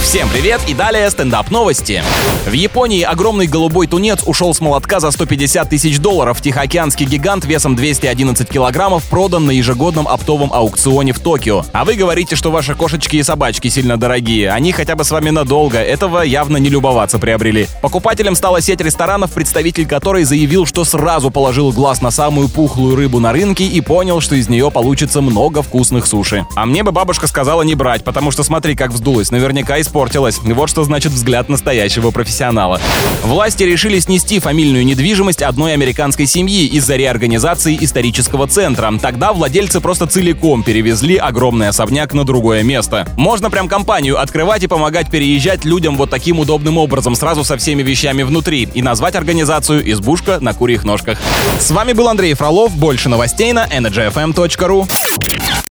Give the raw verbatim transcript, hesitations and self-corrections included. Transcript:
Всем привет и далее стендап-новости. В Японии огромный голубой тунец ушел с молотка за сто пятьдесят тысяч долларов. Тихоокеанский гигант весом двести одиннадцать килограммов продан на ежегодном оптовом аукционе в Токио. А вы говорите, что ваши кошечки и собачки сильно дорогие. Они хотя бы с вами надолго. Этого явно не любоваться приобрели. Покупателем стала сеть ресторанов, представитель которой заявил, что сразу положил глаз на самую пухлую рыбу на рынке и понял, что из нее получится много вкусных суши. А мне бы бабушка сказала не брать, потому что смотри, как вздулась, наверняка испортилась. Вот что значит взгляд настоящего профессионала. Власти решили снести фамильную недвижимость одной американской семьи из-за реорганизации исторического центра. Тогда владельцы просто целиком перевезли огромный особняк на другое место. Можно прям компанию открывать и помогать переезжать людям вот таким удобным образом, сразу со всеми вещами внутри, и назвать организацию «Избушка на курьих ножках». С вами был Андрей Фролов. Больше новостей на energy f m точка ru.